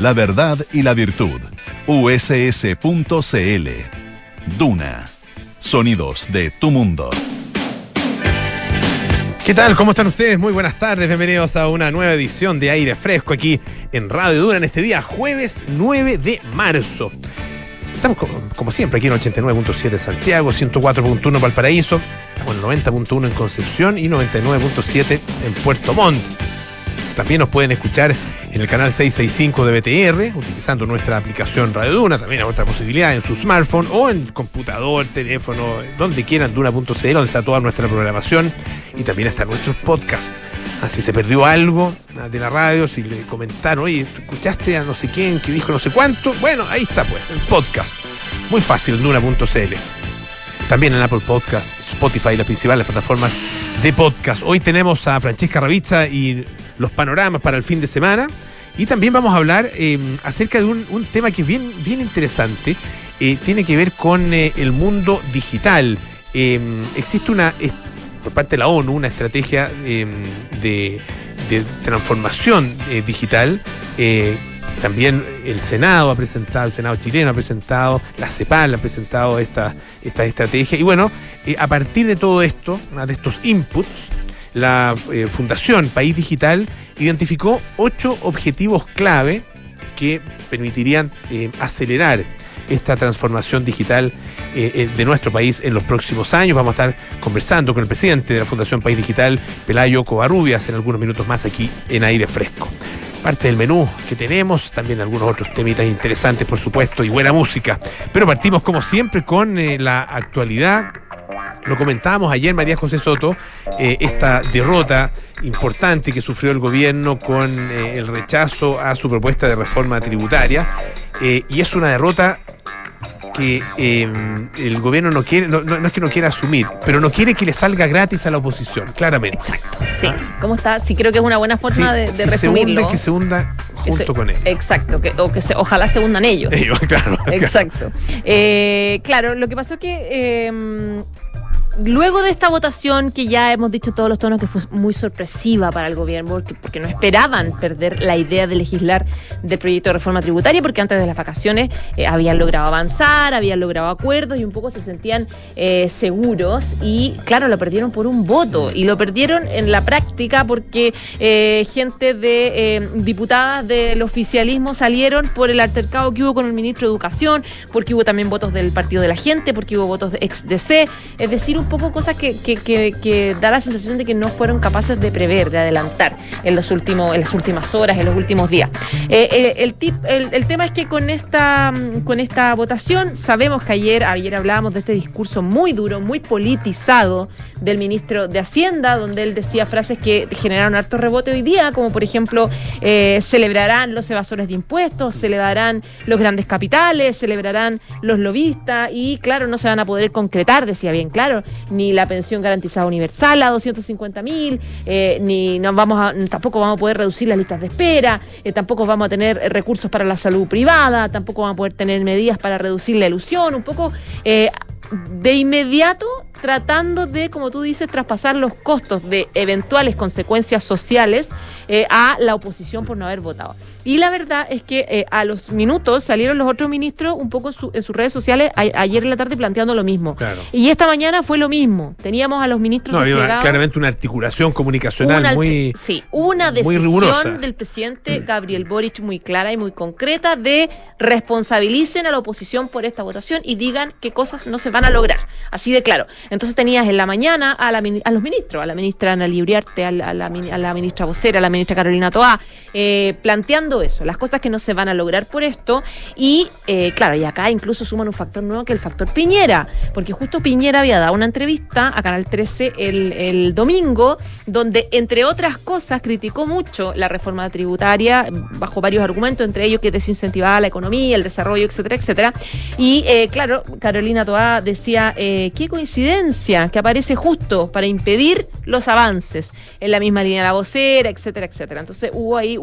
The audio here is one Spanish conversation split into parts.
la verdad y la virtud. USS.cl. Duna. Sonidos de tu mundo. ¿Qué tal? ¿Cómo están ustedes? Muy buenas tardes, bienvenidos a una nueva edición de Aire Fresco aquí en Radio Duna en este día jueves 9 de marzo. Estamos como siempre aquí en 89.7 Santiago, 104.1 Valparaíso, estamos en 90.1 en Concepción y 99.7 en Puerto Montt. También nos pueden escuchar en el canal 665 de BTR, utilizando nuestra aplicación Radio Duna. También hay otra posibilidad en su smartphone o en computador, teléfono, donde quieran, duna.cl, donde está toda nuestra programación. Y también está nuestro podcast. Si se perdió algo de la radio, si le comentaron, oye, ¿escuchaste a no sé quién que dijo no sé cuánto? Bueno, ahí está pues, el podcast. Muy fácil, duna.cl. También en Apple Podcast, Spotify, las principales plataformas de podcast. Hoy tenemos a Francesca Ravizza y los panoramas para el fin de semana. Y también vamos a hablar acerca de un tema que es bien interesante. Tiene que ver con el mundo digital. Existe por parte de la ONU, una estrategia de transformación digital. También el Senado chileno ha presentado, la CEPAL ha presentado esta estrategia. Y bueno, a partir de todo esto, de estos inputs, la Fundación País Digital identificó 8 objetivos clave que permitirían acelerar esta transformación digital de nuestro país en los próximos años. Vamos a estar conversando con el presidente de la Fundación País Digital, Pelayo Covarrubias, en algunos minutos más aquí en Aire Fresco. Parte del menú que tenemos, también algunos otros temitas interesantes, por supuesto, y buena música. Pero partimos, como siempre, con la actualidad. Lo comentábamos ayer, María José Soto, esta derrota importante que sufrió el gobierno con el rechazo a su propuesta de reforma tributaria. Y es una derrota que el gobierno no quiere, no es que no quiera asumir, pero no quiere que le salga gratis a la oposición, claramente. Exacto, sí. ¿Cómo está? Sí, creo que es una buena forma de resumirlo. Que se hunda junto con ellos. Exacto, ojalá se hundan ellos. Claro. Exacto. Claro, lo que pasó es que luego de esta votación, que ya hemos dicho todos los tonos que fue muy sorpresiva para el gobierno, porque no esperaban perder la idea de legislar del proyecto de reforma tributaria, porque antes de las vacaciones habían logrado avanzar, habían logrado acuerdos y un poco se sentían seguros, y claro, lo perdieron por un voto, y lo perdieron en la práctica porque gente de diputadas del oficialismo salieron por el altercado que hubo con el ministro de Educación, porque hubo también votos del Partido de la Gente, porque hubo votos de ex-DC, es decir, un poco cosas que da la sensación de que no fueron capaces de prever, de adelantar en las últimas horas, en los últimos días. El tema es que con esta votación, sabemos que ayer hablábamos de este discurso muy duro, muy politizado del ministro de Hacienda, donde él decía frases que generaron harto rebote hoy día, como por ejemplo, celebrarán los evasores de impuestos, celebrarán los grandes capitales, celebrarán los lobistas, y claro, no se van a poder concretar, decía bien claro, ni la pensión garantizada universal a 250.000, ni tampoco vamos a poder reducir las listas de espera, tampoco vamos a tener recursos para la salud privada, tampoco vamos a poder tener medidas para reducir la elusión, un poco de inmediato tratando de, como tú dices, traspasar los costos de eventuales consecuencias sociales a la oposición por no haber votado. Y la verdad es que a los minutos salieron los otros ministros un poco en sus redes sociales ayer en la tarde planteando lo mismo. Claro. Y esta mañana fue lo mismo. Teníamos a los ministros había claramente una articulación comunicacional una decisión muy rigurosa del presidente Gabriel Boric muy clara y muy concreta de responsabilicen a la oposición por esta votación y digan qué cosas no se van a lograr. Así de claro. Entonces tenías en la mañana a los ministros, a la ministra Ana Uriarte, a la ministra vocera, a la ministra Carolina Toá, planteando eso, las cosas que no se van a lograr por esto. Y claro, y acá incluso suman un factor nuevo, que es el factor Piñera, porque justo Piñera había dado una entrevista a Canal 13 el domingo, donde entre otras cosas criticó mucho la reforma tributaria bajo varios argumentos, entre ellos que desincentivaba la economía, el desarrollo, etcétera, etcétera. Y claro, Carolina Toá decía, qué coincidencia que aparece justo para impedir los avances en la misma línea de la vocera, etcétera, etcétera. Entonces hubo ahí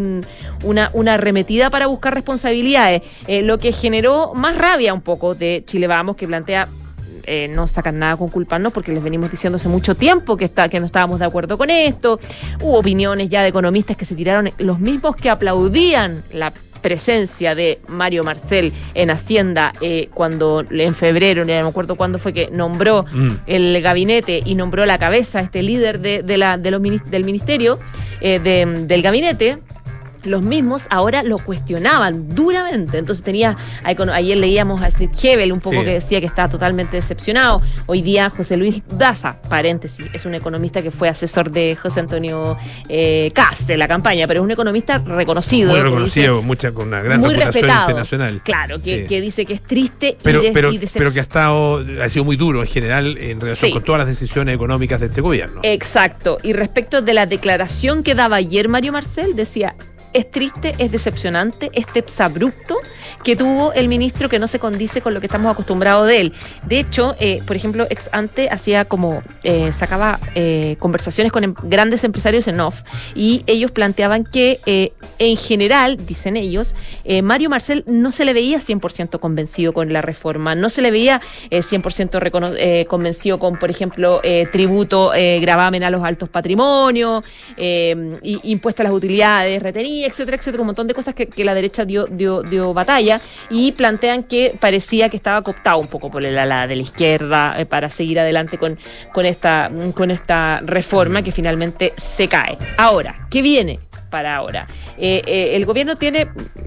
una arremetida para buscar responsabilidades, lo que generó más rabia un poco de Chile Vamos, que plantea no sacan nada con culparnos porque les venimos diciendo hace mucho tiempo que no estábamos de acuerdo con esto. Hubo opiniones ya de economistas que se tiraron, los mismos que aplaudían la presencia de Mario Marcel en Hacienda cuando en febrero, no me acuerdo cuándo fue que nombró el gabinete y nombró la cabeza, este líder del ministerio, del gabinete. Los mismos ahora lo cuestionaban duramente. Entonces ayer leíamos a Smith Hebel un poco que decía que estaba totalmente decepcionado. Hoy día José Luis Daza, paréntesis, es un economista que fue asesor de José Antonio Kast en la campaña, pero es un economista reconocido. Muy reconocido, con una gran reputación internacional. Claro, que dice que es triste pero que ha sido muy duro en general en relación con todas las decisiones económicas de este gobierno. Exacto. Y respecto de la declaración que daba ayer Mario Marcel, decía: es triste, es decepcionante este exabrupto que tuvo el ministro que no se condice con lo que estamos acostumbrados de él. De hecho, por ejemplo, ex ante hacía sacaba conversaciones con grandes empresarios en off, y ellos planteaban que en general, dicen ellos, Mario Marcel no se le veía 100% convencido con la reforma, no se le veía 100% convencido con, por ejemplo, tributo, gravamen a los altos patrimonios, impuesto a las utilidades retenidas, etcétera, etcétera, un montón de cosas que la derecha dio batalla, y plantean que parecía que estaba cooptado un poco por el ala de la izquierda para seguir adelante con esta reforma que finalmente se cae. Ahora, ¿qué viene para ahora? El gobierno tiene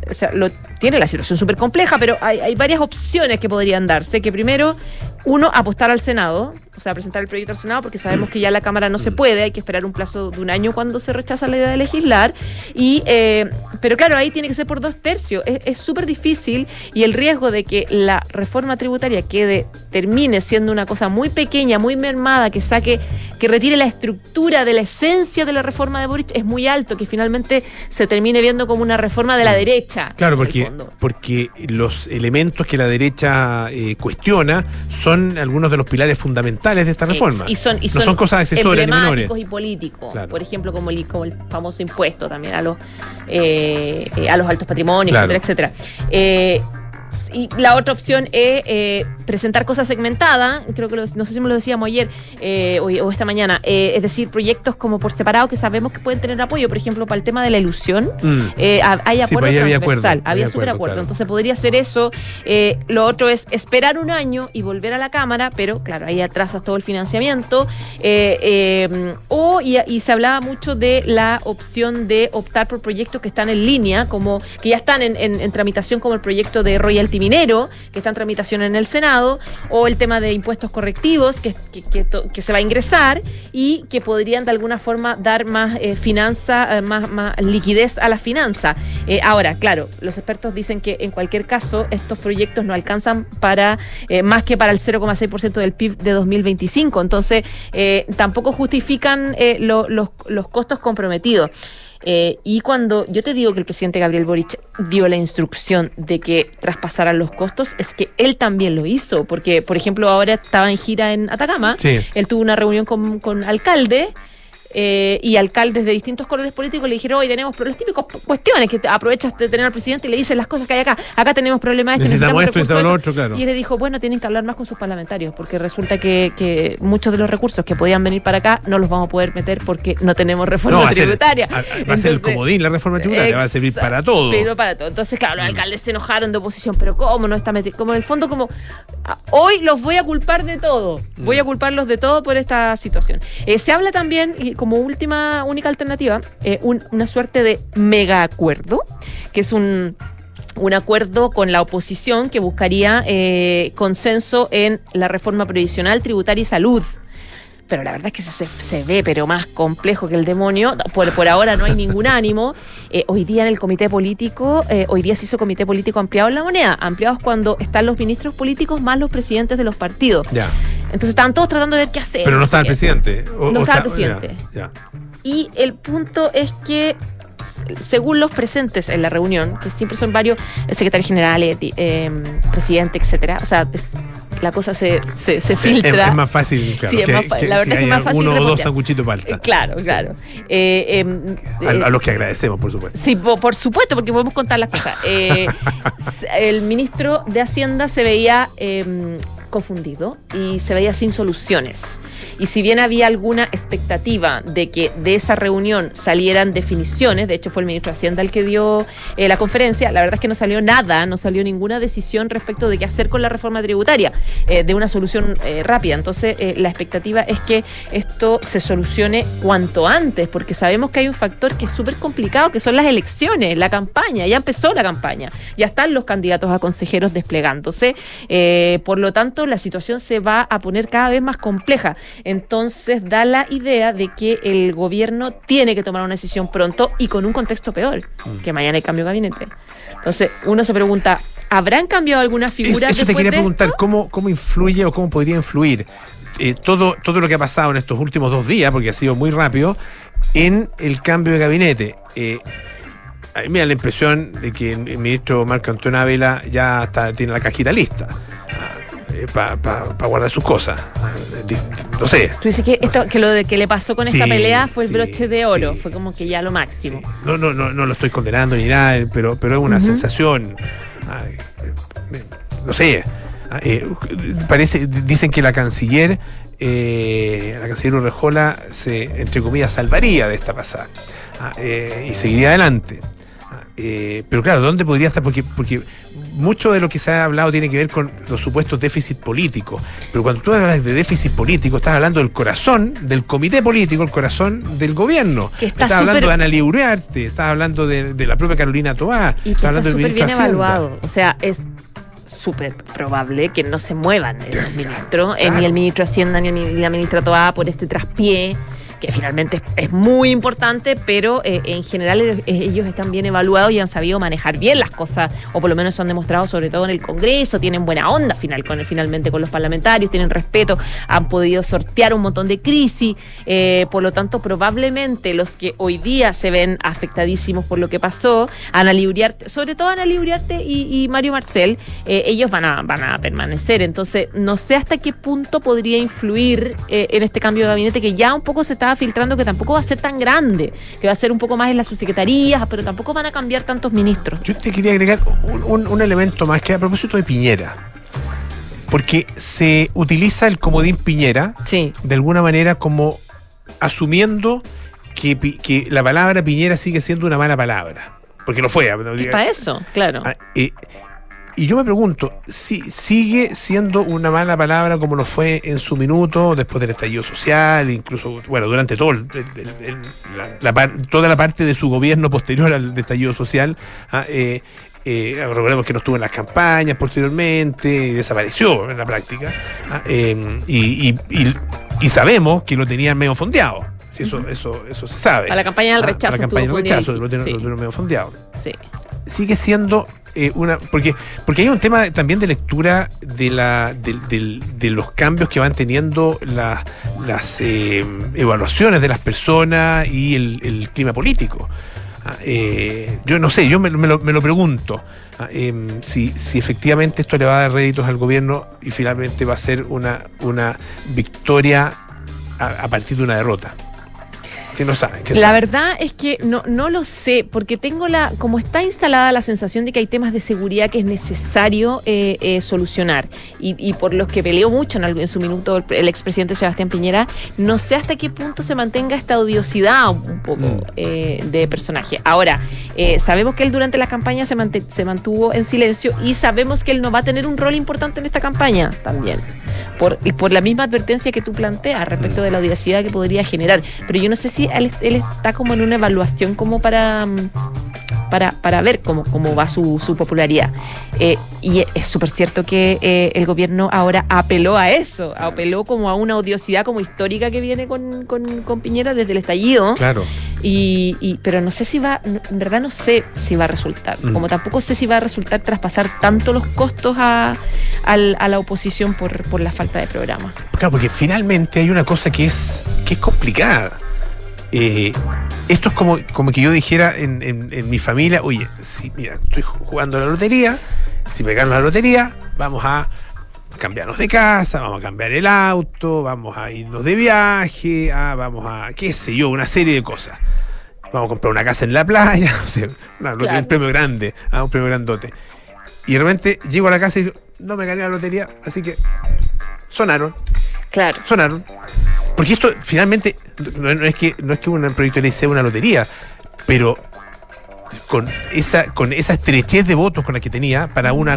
la situación súper compleja, pero hay varias opciones que podrían darse. Que primero, uno, apostar al Senado, o sea, presentar el proyecto al Senado, porque sabemos que ya la Cámara no se puede, hay que esperar un plazo de un año cuando se rechaza la idea de legislar, pero claro, ahí tiene que ser por 2/3, es súper difícil, y el riesgo de que la reforma tributaria termine siendo una cosa muy pequeña, muy mermada, que retire la estructura de la esencia de la reforma de Boric, es muy alto, que finalmente se termine viendo como una reforma de la derecha. Claro, porque los elementos que la derecha cuestiona son algunos de los pilares fundamentales de esta reforma. Y son cosas accesorias ni menores. Emblemáticos y políticos. Claro. Por ejemplo, como el famoso impuesto también a los altos patrimonios, claro, etcétera, etcétera. Y la otra opción es presentar cosas segmentadas, creo que no sé si me lo decíamos ayer o esta mañana, es decir, proyectos como por separado que sabemos que pueden tener apoyo, por ejemplo, para el tema de la ilusión, hay acuerdo transversal, había súper acuerdo, claro. Entonces podría ser eso. Lo otro es esperar un año y volver a la Cámara, pero claro, ahí atrasas todo el financiamiento, y se hablaba mucho de la opción de optar por proyectos que están en línea, como que ya están en tramitación, como el proyecto de royalty minero, que está en tramitación en el Senado, o el tema de impuestos correctivos que se va a ingresar y que podrían de alguna forma dar más finanza, más liquidez a la finanza. Ahora, claro, los expertos dicen que en cualquier caso estos proyectos no alcanzan para más que para el 0,6% del PIB de 2025, entonces tampoco justifican los costos comprometidos. Y cuando yo te digo que el presidente Gabriel Boric dio la instrucción de que traspasaran los costos, es que él también lo hizo, porque, por ejemplo, ahora estaba en gira en Atacama, él tuvo una reunión con alcaldes, y alcaldes de distintos colores políticos le dijeron: hoy tenemos las típicas cuestiones que aprovechas de tener al presidente y le dices las cosas que hay acá tenemos problemas, necesitamos esto, lo otro, claro. Y él le dijo: bueno, tienen que hablar más con sus parlamentarios, porque resulta que muchos de los recursos que podían venir para acá no los vamos a poder meter porque no tenemos reforma tributaria. Va a ser el comodín la reforma tributaria, va a servir para todo. Pero para todo. Entonces, claro, los alcaldes se enojaron de oposición, pero ¿cómo no está metido? Como en el fondo, hoy los voy a culpar de todo, voy a culparlos de todo por esta situación. Se habla también, y como única alternativa, una suerte de mega acuerdo, que es un acuerdo con la oposición que buscaría consenso en la reforma previsional, tributaria y salud. Pero la verdad es que se ve pero más complejo que el demonio. Por ahora no hay ningún ánimo. Hoy día en el comité político, hoy día se hizo comité político ampliado en La Moneda, ampliados cuando están los ministros políticos más los presidentes de los partidos. Ya. Entonces estaban todos tratando de ver qué hacer. Pero no estaba el presidente. No estaba el presidente. Ya. Y el punto es que, según los presentes en la reunión, que siempre son varios, el secretario general, presidente, etcétera, o sea, la cosa se filtra. Es más fácil, claro. Sí, la verdad es que es más fácil. Uno o dos sanguchitos palta. Claro. A los que agradecemos, por supuesto. Sí, por supuesto, porque podemos contar las cosas. El ministro de Hacienda se veía confundido y se veía sin soluciones. Y si bien había alguna expectativa de que de esa reunión salieran definiciones, de hecho fue el ministro de Hacienda el que dio la conferencia, la verdad es que no salió nada, no salió ninguna decisión respecto de qué hacer con la reforma tributaria, de una solución rápida. Entonces la expectativa es que esto se solucione cuanto antes, porque sabemos que hay un factor que es súper complicado, que son las elecciones, la campaña, ya empezó la campaña, ya están los candidatos a consejeros desplegándose, por lo tanto la situación se va a poner cada vez más compleja. Entonces da la idea de que el gobierno tiene que tomar una decisión pronto y con un contexto peor, que mañana hay cambio de gabinete. Entonces uno se pregunta, ¿habrán cambiado algunas figuras? Eso te quería preguntar, ¿cómo influye o cómo podría influir todo lo que ha pasado en estos últimos 2 días, porque ha sido muy rápido, en el cambio de gabinete? A mí me da la impresión de que el ministro Marco Antonio Ávila ya tiene la cajita lista para guardar sus cosas. No sé. Tú dices que lo de que le pasó con esta pelea fue el broche de oro, fue como que ya lo máximo. Sí. No lo estoy condenando ni nada, pero es una sensación. No sé. Dicen que la canciller Urrejola se, entre comillas, salvaría de esta pasada y seguiría adelante. Pero claro, ¿dónde podría estar? Porque mucho de lo que se ha hablado tiene que ver con los supuestos déficits políticos. Pero cuando tú hablas de déficit político, estás hablando del corazón del comité político, el corazón del gobierno. Estás hablando de Analía Uriarte, estás hablando de la propia Carolina Toá. Y que está súper bien evaluado. O sea, es súper probable que no se muevan esos ministros, claro. Ni el ministro de Hacienda ni la ministra Toá por este traspié, que finalmente es muy importante, pero en general ellos están bien evaluados y han sabido manejar bien las cosas, o por lo menos han demostrado, sobre todo en el Congreso, tienen buena onda finalmente con los parlamentarios, tienen respeto, han podido sortear un montón de crisis, por lo tanto probablemente los que hoy día se ven afectadísimos por lo que pasó, Analía Uriarte, sobre todo Analía Uriarte y Mario Marcel, ellos van a permanecer. Entonces no sé hasta qué punto podría influir en este cambio de gabinete, que ya un poco se está filtrando que tampoco va a ser tan grande, que va a ser un poco más en las subsecretarías, pero tampoco van a cambiar tantos ministros. Yo te quería agregar un elemento más, que a propósito de Piñera, porque se utiliza el comodín Piñera, sí, de alguna manera como asumiendo que la palabra Piñera sigue siendo una mala palabra, porque lo fue. Es para eso, claro. Y yo me pregunto, si sigue siendo una mala palabra como lo fue en su minuto, después del estallido social, incluso, bueno, durante todo toda la parte de su gobierno posterior al estallido social. Recordemos que no estuvo en las campañas posteriormente, desapareció en la práctica, y sabemos que lo tenían medio fondeado. Sí, eso se sabe. A la campaña del rechazo. A la campaña del rechazo lo tuvieron medio fondeado. Sí. Sigue siendo porque hay un tema también de lectura de los cambios que van teniendo las evaluaciones de las personas y el clima político. Yo no sé, yo me lo pregunto, si efectivamente esto le va a dar réditos al gobierno y finalmente va a ser una victoria a partir de una derrota. Que no sabe. La verdad es que no lo sé, porque tengo como está instalada la sensación de que hay temas de seguridad que es necesario solucionar, y por los que peleó mucho en su minuto el expresidente Sebastián Piñera. No sé hasta qué punto se mantenga esta odiosidad un poco de personaje. Ahora, sabemos que él durante la campaña se mantuvo en silencio, y sabemos que él no va a tener un rol importante en esta campaña también, por la misma advertencia que tú planteas respecto de la odiosidad que podría generar. Pero yo no sé si él está como en una evaluación como para ver cómo va su popularidad. Y es súper cierto que el gobierno ahora apeló a eso, apeló como a una odiosidad como histórica que viene con Piñera desde el estallido. Claro. Pero no sé en verdad no sé si va a resultar. Como tampoco sé si va a resultar traspasar tanto los costos a la oposición por la falta de programa. Claro, porque finalmente hay una cosa que es complicada. Esto es como que yo dijera en mi familia: oye, mira, estoy jugando a la lotería, si me gano la lotería, vamos a cambiarnos de casa, vamos a cambiar el auto, vamos a irnos de viaje, vamos a, qué sé yo, una serie de cosas. Vamos a comprar una casa en la playa, o sea, claro, un premio grande, un premio grandote. Y de repente llego a la casa y digo: no me gané la lotería, así que sonaron. Claro. Sonaron. Porque esto finalmente no es que un proyecto de ley sea una lotería, pero con esa estrechez de votos con la que tenía para un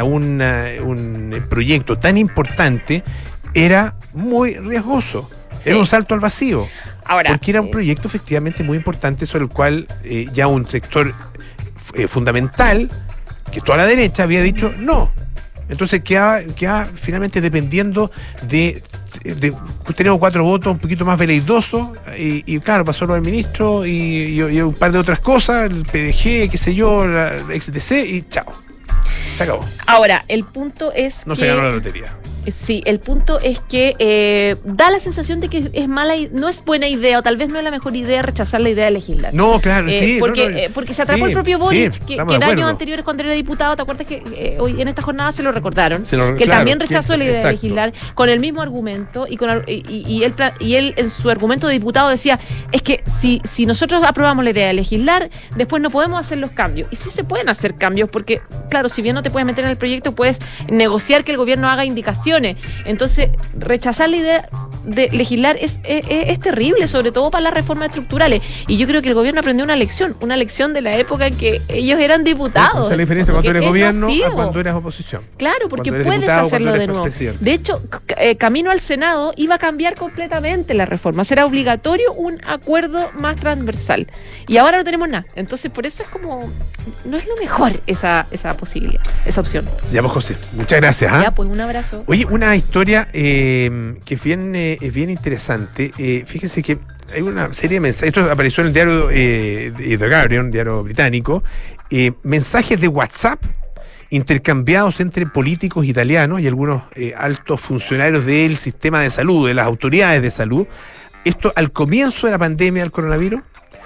proyecto tan importante, era muy riesgoso. Sí. Era un salto al vacío. Ahora, porque era un proyecto efectivamente muy importante sobre el cual ya un sector fundamental, que toda la derecha había dicho no. Entonces queda finalmente dependiendo de tenemos 4 votos un poquito más veleidosos y claro, pasó lo del ministro y un par de otras cosas, el PDG, qué sé yo, la XDC y chao. Se acabó. Ahora, el punto es No que... se ganó la lotería. Sí, el punto es que da la sensación de que es no es buena idea, o tal vez no es la mejor idea rechazar la idea de legislar. No, claro, sí. Porque se atrapó sí, el propio Boric, sí, que estamos en de años acuerdo. anteriores, cuando era diputado, ¿te acuerdas que hoy en esta jornada se lo recordaron? Que él claro, también rechazó la idea exacto. de legislar con el mismo argumento, y él en su argumento de diputado decía, es que si nosotros aprobamos la idea de legislar, después no podemos hacer los cambios. Y sí se pueden hacer cambios, porque, claro, si bien no te puedes meter en el proyecto, puedes negociar que el gobierno haga indicaciones. Entonces, rechazar la idea de legislar es terrible, sobre todo para las reformas estructurales. Y yo creo que el gobierno aprendió una lección de la época en que ellos eran diputados. Esa es la diferencia cuando eres gobierno nocivo. a cuando eres oposición. Claro, porque Cuando eres puedes diputado, hacerlo cuando de eres nuevo. presidente. De hecho, camino al Senado iba a cambiar completamente la reforma. Será obligatorio un acuerdo más transversal. Y ahora no tenemos nada. Entonces, por eso es como... No es lo mejor esa posibilidad, esa opción. Ya, pues, José, muchas gracias. Ya, pues un abrazo. Oye, una historia que es bien interesante. Fíjense que hay una serie de mensajes. Esto apareció en el diario The Guardian, diario británico. Mensajes de WhatsApp intercambiados entre políticos italianos y algunos altos funcionarios del sistema de salud, de las autoridades de salud. Esto al comienzo de la pandemia del coronavirus.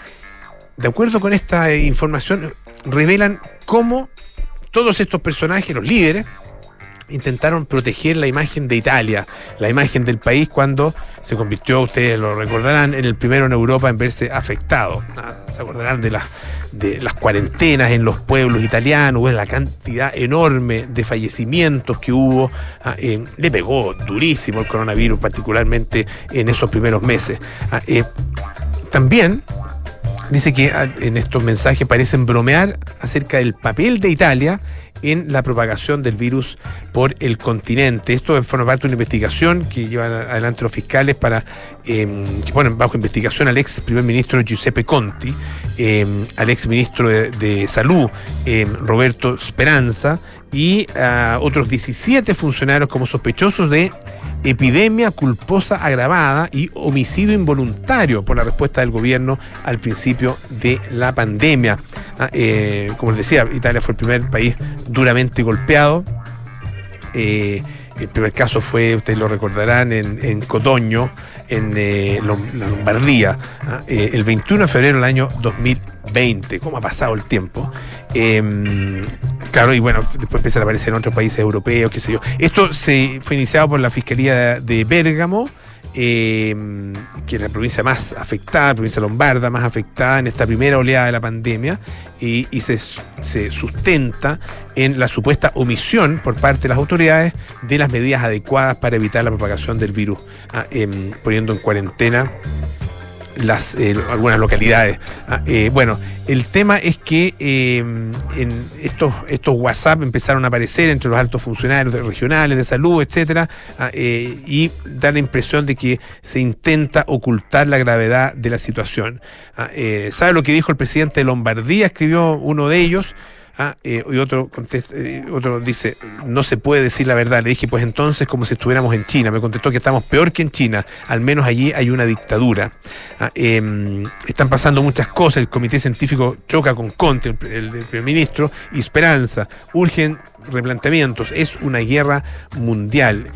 De acuerdo con esta información, revelan cómo todos estos personajes, los líderes, intentaron proteger la imagen de Italia, la imagen del país, cuando se convirtió, ustedes lo recordarán, en el primero en Europa en verse afectado. Se acordarán de las cuarentenas en los pueblos italianos, la cantidad enorme de fallecimientos que hubo. Le pegó durísimo el coronavirus, particularmente en esos primeros meses. También dice que en estos mensajes parecen bromear acerca del papel de Italia en la propagación del virus por el continente. Esto forma parte de una investigación que llevan adelante los fiscales que ponen bajo investigación al ex primer ministro Giuseppe Conte, al ex ministro de Salud Roberto Speranza y a otros 17 funcionarios como sospechosos de epidemia culposa agravada y homicidio involuntario por la respuesta del gobierno al principio de la pandemia. Como les decía, Italia fue el primer país duramente golpeado. El primer caso fue, ustedes lo recordarán, en Codogno, en la Lombardía, el 21 de febrero del año 2020. ¿Cómo ha pasado el tiempo? Claro, y bueno, después empiezan a aparecer en otros países europeos, qué sé yo. Esto fue iniciado por la Fiscalía de Bérgamo, que es la provincia más afectada, la provincia lombarda más afectada en esta primera oleada de la pandemia, y se sustenta en la supuesta omisión por parte de las autoridades de las medidas adecuadas para evitar la propagación del virus, poniendo en cuarentena algunas localidades. Bueno, el tema es que en estos WhatsApp empezaron a aparecer entre los altos funcionarios regionales de salud, etcétera, y da la impresión de que se intenta ocultar la gravedad de la situación. ¿Sabe lo que dijo el presidente de Lombardía? Escribió uno de ellos. Y otro dice, no se puede decir la verdad. Le dije, pues entonces como si estuviéramos en China. Me contestó que estamos peor que en China, al menos allí hay una dictadura. Están pasando muchas cosas. El comité científico choca con Conte, el primer ministro, y Speranza. Urgen replanteamientos, es una guerra mundial.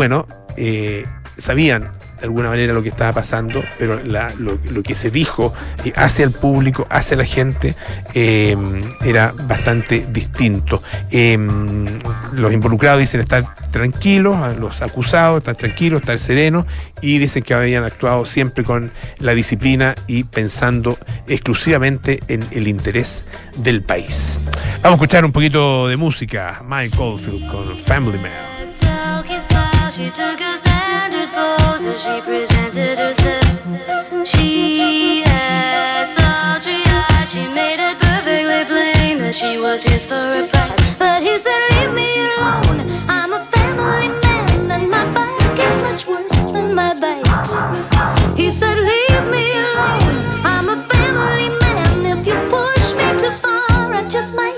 Sabían de alguna manera lo que estaba pasando, pero lo que se dijo hacia el público, hacia la gente, era bastante distinto. Los involucrados dicen estar tranquilos, los acusados estar tranquilos, estar serenos, y dicen que habían actuado siempre con la disciplina y pensando exclusivamente en el interés del país. Vamos a escuchar un poquito de música. Mike Oldfield con Family Man. she took a standard pose as she presented herself. She had sultry eyes, she made it perfectly plain that she was his for a price. But he said, leave me alone, I'm a family man, and my bite is much worse than my bite. He said, leave me alone, I'm a family man, if you push me too far, I just might.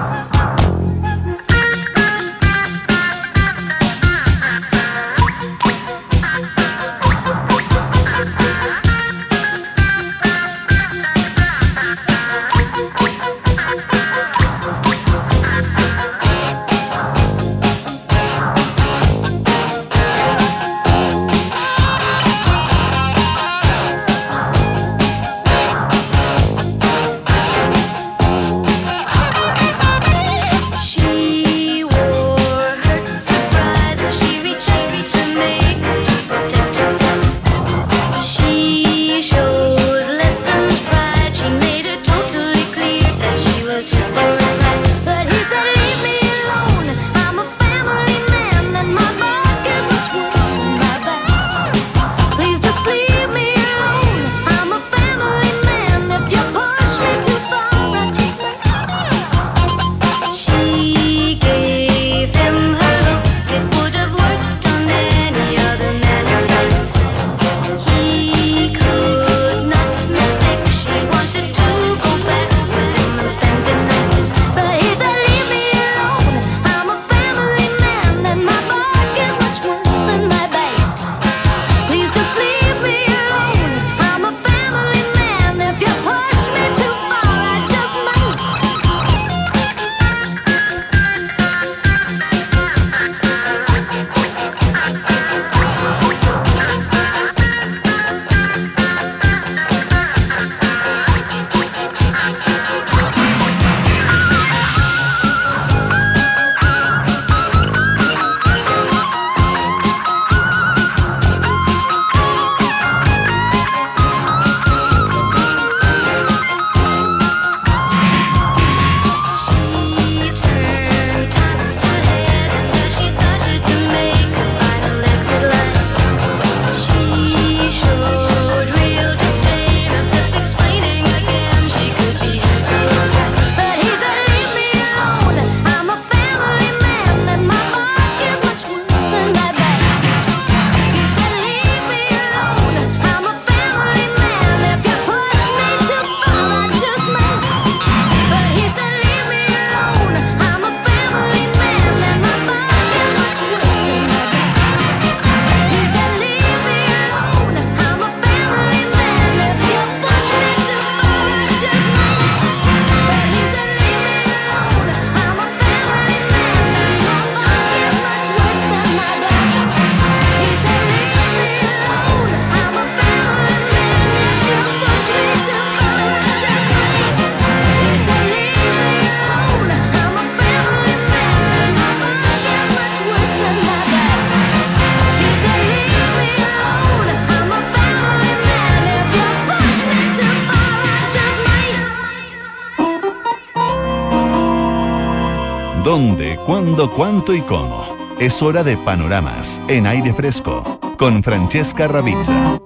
¿Dónde, cuándo, cuánto y cómo? Es hora de Panoramas en Aire Fresco con Francesca Ravizza.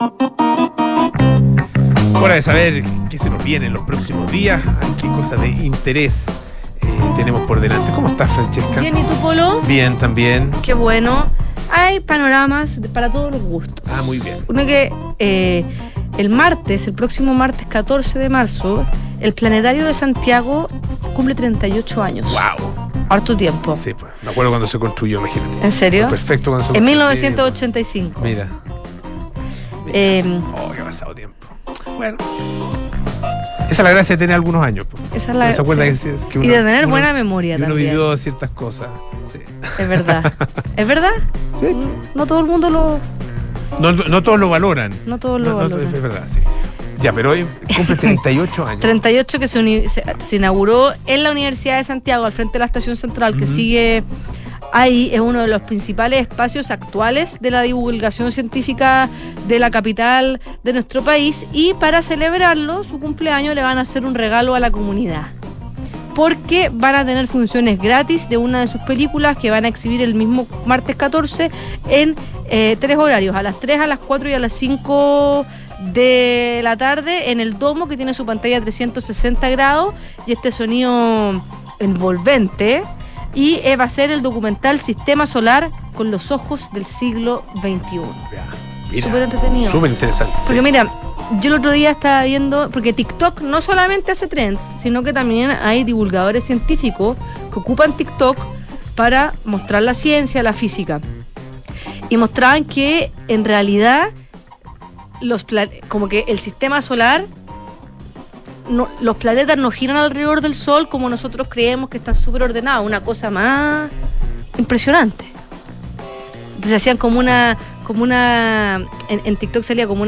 Hora de saber qué se nos viene en los próximos días, qué cosas de interés tenemos por delante. ¿Cómo estás, Francesca? Bien, ¿y tú, Polo? Bien, también. Qué bueno. Hay panoramas para todos los gustos. Ah, muy bien. Uno que el próximo martes 14 de marzo, el Planetario de Santiago cumple 38 años. ¡Wow! Harto tiempo. Sí, pues. Me acuerdo cuando se construyó, imagínate. ¿En serio? Fue perfecto cuando se En construyó. 1985. Mira. Eh, qué ha pasado tiempo. Bueno. Esa es la gracia de tener algunos años. Pues. Esa es la ¿Se acuerda sí. que uno, y de tener buena memoria uno también. vivió ciertas cosas. Sí. Es verdad. ¿Es verdad? Sí. No todo el mundo lo... No todos lo valoran. No todos lo valoran. Es verdad, sí. Ya, pero hoy cumple 38 años. 38 que se inauguró en la Universidad de Santiago, al frente de la Estación Central, que sigue ahí. Es uno de los principales espacios actuales de la divulgación científica de la capital de nuestro país. Y para celebrarlo, su cumpleaños, le van a hacer un regalo a la comunidad. porque van a tener funciones gratis de una de sus películas que van a exhibir el mismo martes 14 en 3 horarios, a las 3, a las 4 y a las 5 de la tarde, en el Domo, que tiene su pantalla 360 grados y este sonido envolvente. Y va a ser el documental Sistema Solar con los ojos del siglo XXI. Súper entretenido. Súper interesante. Porque mira, yo el otro día estaba viendo, porque TikTok no solamente hace trends, sino que también hay divulgadores científicos que ocupan TikTok para mostrar la ciencia, la física. Y mostraban que en realidad como que el sistema solar, los planetas no giran alrededor del Sol como nosotros creemos, que están súper ordenados, una cosa más impresionante. Entonces hacían en TikTok salía como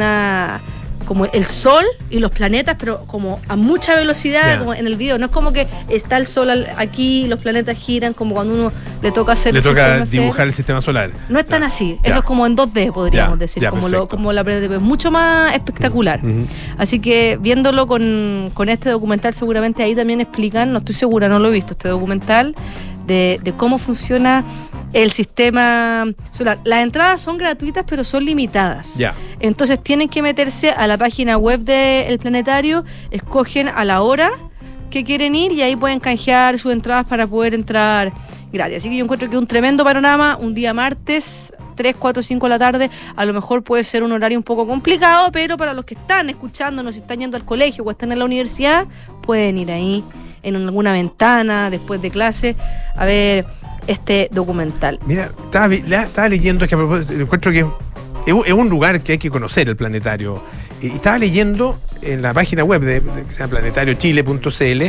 el Sol y los planetas, pero como a mucha velocidad, como en el video. No es como que está el Sol aquí y los planetas giran, como cuando uno le toca dibujar el sistema solar. No es tan así. Eso es como en 2D, podríamos decir, como la es mucho más espectacular. Así que viéndolo con este documental, seguramente ahí también explican, no estoy segura, no lo he visto, este documental de cómo funciona el sistema solar. Las entradas son gratuitas, pero son limitadas. Entonces tienen que meterse a la página web del planetario, escogen a la hora que quieren ir y ahí pueden canjear sus entradas para poder entrar gratis. Así que yo encuentro que es un tremendo panorama, un día martes, 3, 4, 5 de la tarde. A lo mejor puede ser un horario un poco complicado, pero para los que están escuchándonos, si están yendo al colegio o están en la universidad, pueden ir ahí en alguna ventana después de clase a ver este documental. Mira, estaba leyendo, es que a propósito, encuentro que es un lugar que hay que conocer, el planetario. Y estaba leyendo en la página web que se llama planetariochile.cl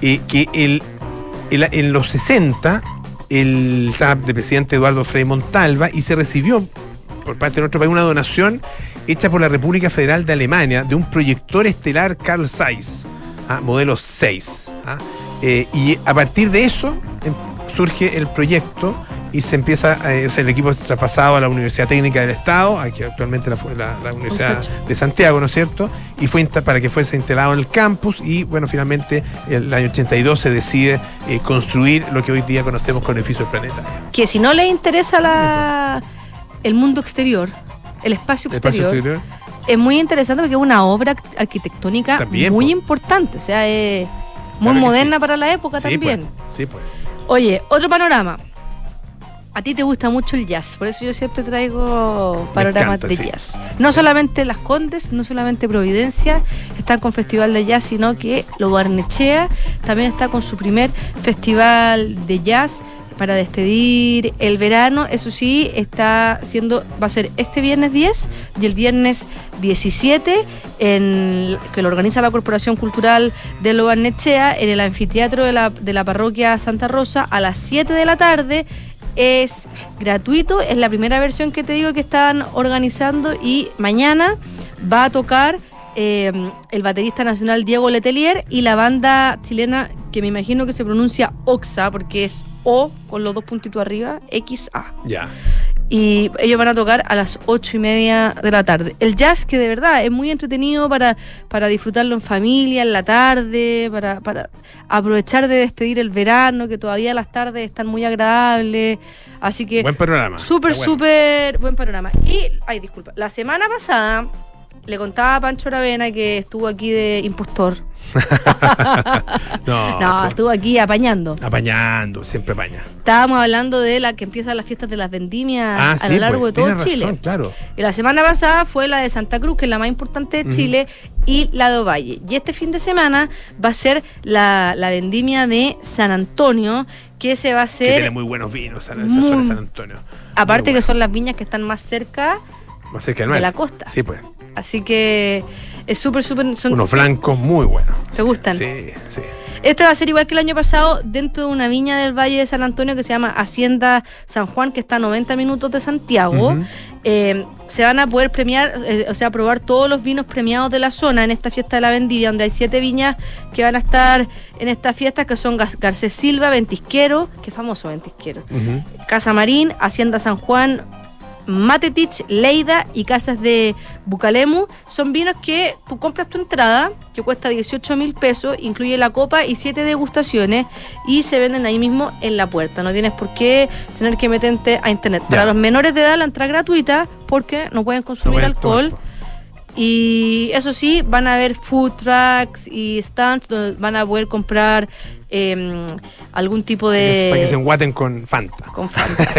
que en los 60 estaba de presidente Eduardo Frei Montalva y se recibió por parte de nuestro país una donación hecha por la República Federal de Alemania de un proyector estelar Carl Zeiss, modelo 6. Y a partir de eso surge el proyecto y se empieza, el equipo es traspasado a la Universidad Técnica del Estado, aquí actualmente la Universidad de Santiago, ¿no es cierto? Y fue para que fuese instalado en el campus y, bueno, finalmente el año 82 se decide construir lo que hoy día conocemos como edificio del planeta. Que si no les interesa el mundo exterior, el espacio exterior, es muy interesante porque es una obra arquitectónica también, muy importante, o sea, es muy moderna para la época también. Sí, pues. Oye, otro panorama. A ti te gusta mucho el jazz, por eso yo siempre traigo panoramas de jazz. No solamente Las Condes, no solamente Providencia están con festival de jazz, sino que Lo Barnechea también está con su primer festival de jazz para despedir el verano. Eso sí, va a ser este viernes 10 y el viernes 17, que lo organiza la Corporación Cultural de Lo Barnechea, en el anfiteatro de la parroquia Santa Rosa, a las 7 de la tarde. Es gratuito, es la primera versión que te digo que están organizando y mañana va a tocar el baterista nacional Diego Letelier y la banda chilena que me imagino que se pronuncia OXA porque es O con los 2 puntitos arriba, XA. Ya. Y ellos van a tocar a las 8:30 de la tarde. El jazz que de verdad es muy entretenido para disfrutarlo en familia, en la tarde, para aprovechar de despedir el verano, que todavía las tardes están muy agradables. Así que buen panorama. Súper buen panorama. Y, disculpa, la semana pasada le contaba a Pancho Aravena que estuvo aquí de impostor. No, estuvo aquí apañando. Siempre apaña. Estábamos hablando de la que empiezan las fiestas de las vendimias a lo largo de todo Chile. Razón, claro. Y la semana pasada fue la de Santa Cruz, que es la más importante de Chile, y la de Ovalle. Y este fin de semana va a ser la vendimia de San Antonio, que se va a hacer. Que tiene muy buenos vinos en esa zona de San Antonio. Aparte que son las viñas que están más cerca del de la costa. Sí, pues. Así que es súper. Son unos blancos muy buenos. ¿Te gustan? Sí. Este va a ser igual que el año pasado dentro de una viña del Valle de San Antonio que se llama Hacienda San Juan, que está a 90 minutos de Santiago. Se van a poder premiar, probar todos los vinos premiados de la zona en esta fiesta de la vendimia, donde hay 7 viñas que van a estar en esta fiesta, que son Garcés Silva, Ventisquero, que es famoso Ventisquero, Casa Marín, Hacienda San Juan, Matetich, Leida y Casas de Bucalemu. Son vinos que tú compras tu entrada, que cuesta 18.000 pesos, incluye la copa y 7 degustaciones, y se venden ahí mismo en la puerta. No tienes por qué tener que meterte a internet. Ya. Para los menores de edad la entrada gratuita, porque no pueden consumir alcohol. Y eso sí, van a haber food trucks y stands donde van a poder comprar algún tipo de... Para que se enguaten con Fanta. Con Fanta.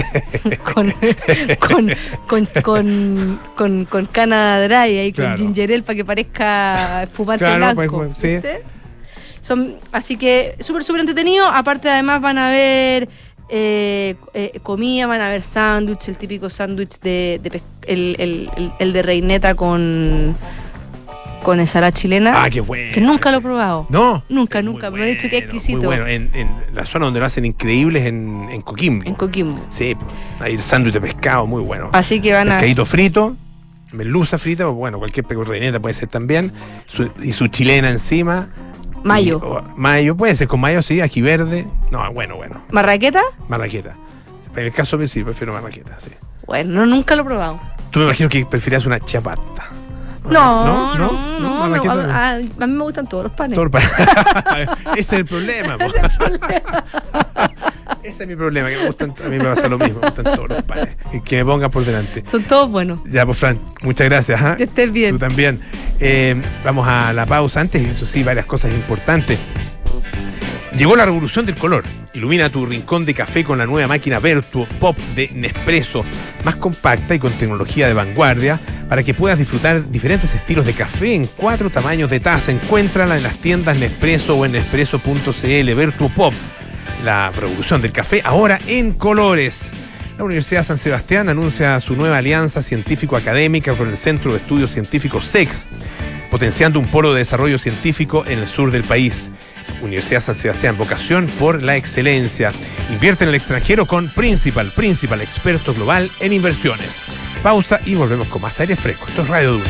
con cana dry ahí, Claro. con ginger ale para que parezca espumante Claro, blanco. pues, sí. ¿viste? Así que súper entretenido. Aparte, además, van a ver comida, van a ver sándwich, el típico sándwich el de reineta con ensalada chilena. Ah, qué bueno. Que nunca lo he probado. ¿No? Nunca. Muy Me han bueno, dicho que es exquisito. Muy bueno. En la zona donde lo hacen increíbles en Coquimbo. En Coquimbo. Sí, ahí el sándwich de pescado, muy bueno. Así que van a... Pescadito frito, merluza frita, o bueno, cualquier reineta puede ser también. Y su chilena encima. Mayo. Mayo, puede ser con mayo, sí, ají verde. No, bueno. ¿Marraqueta? Marraqueta. En el caso de mí sí, prefiero marraqueta, sí. Bueno, nunca lo he probado. Tú me imagino que preferías una chapata. No, marraqueta, a mí me gustan todos los panes. Todo el pan. Ese es el problema, po. Ese es mi problema, que a mí me pasa lo mismo, me gustan todos los panes. Que me pongan por delante. Son todos buenos. Ya, pues Fran, muchas gracias. ¿Ah? Que estés bien. Tú también. Vamos a la pausa. Antes, eso sí, varias cosas importantes. Llegó la revolución del color. Ilumina tu rincón de café con la nueva máquina Vertuo Pop de Nespresso, más compacta y con tecnología de vanguardia, para que puedas disfrutar diferentes estilos de café en 4 tamaños de taza. Encuéntrala en las tiendas Nespresso o en nespresso.cl. Vertuo Pop, la revolución del café, ahora en colores. La Universidad San Sebastián anuncia su nueva alianza científico-académica con el Centro de Estudios Científicos SEX, potenciando un polo de desarrollo científico en el sur del país. Universidad San Sebastián, vocación por la excelencia. Invierte en el extranjero con Principal, experto global en inversiones. Pausa y volvemos con más aire fresco. Esto es Radio Duna.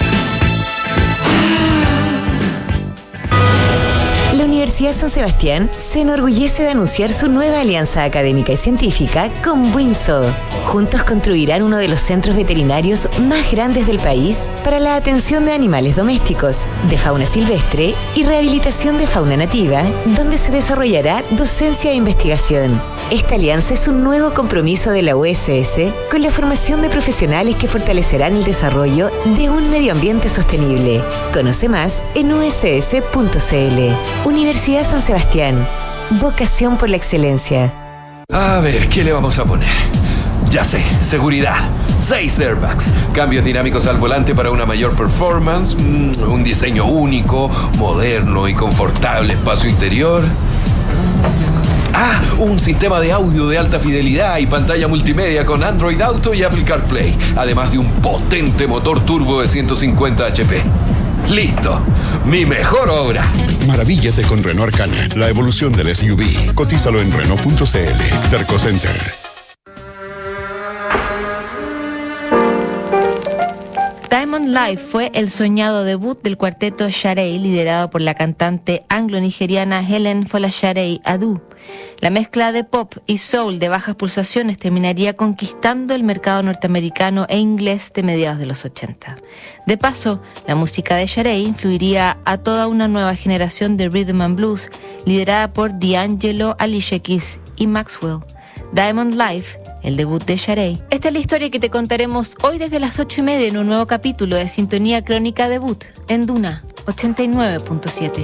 La Universidad San Sebastián se enorgullece de anunciar su nueva alianza académica y científica con Winso. Juntos construirán uno de los centros veterinarios más grandes del país para la atención de animales domésticos, de fauna silvestre y rehabilitación de fauna nativa, donde se desarrollará docencia e investigación. Esta alianza es un nuevo compromiso de la USS con la formación de profesionales que fortalecerán el desarrollo de un medio ambiente sostenible. Conoce más en uss.cl. Universidad San Sebastián. Vocación por la excelencia. A ver, ¿qué le vamos a poner? Ya sé, seguridad. 6 airbags, cambios dinámicos al volante para una mayor performance, un diseño único, moderno y confortable espacio interior. Ah, un sistema de audio de alta fidelidad y pantalla multimedia con Android Auto y Apple CarPlay, además de un potente motor turbo de 150 HP. ¡Listo! ¡Mi mejor obra! Maravíllate con Renault Arcana, la evolución del SUV. Cotízalo en Renault.cl. Terco Center. Diamond Life fue el soñado debut del cuarteto Sharei, liderado por la cantante anglo-nigeriana Helen Folasharei Adu. La mezcla de pop y soul de bajas pulsaciones terminaría conquistando el mercado norteamericano e inglés de mediados de los 80. De paso, la música de Sharei influiría a toda una nueva generación de rhythm and blues, liderada por D'Angelo, Alicia Keys y Maxwell. Diamond Life, el debut de Sharei. Esta es la historia que te contaremos hoy desde las 8:30 en un nuevo capítulo de Sintonía Crónica Debut en Duna 89.7.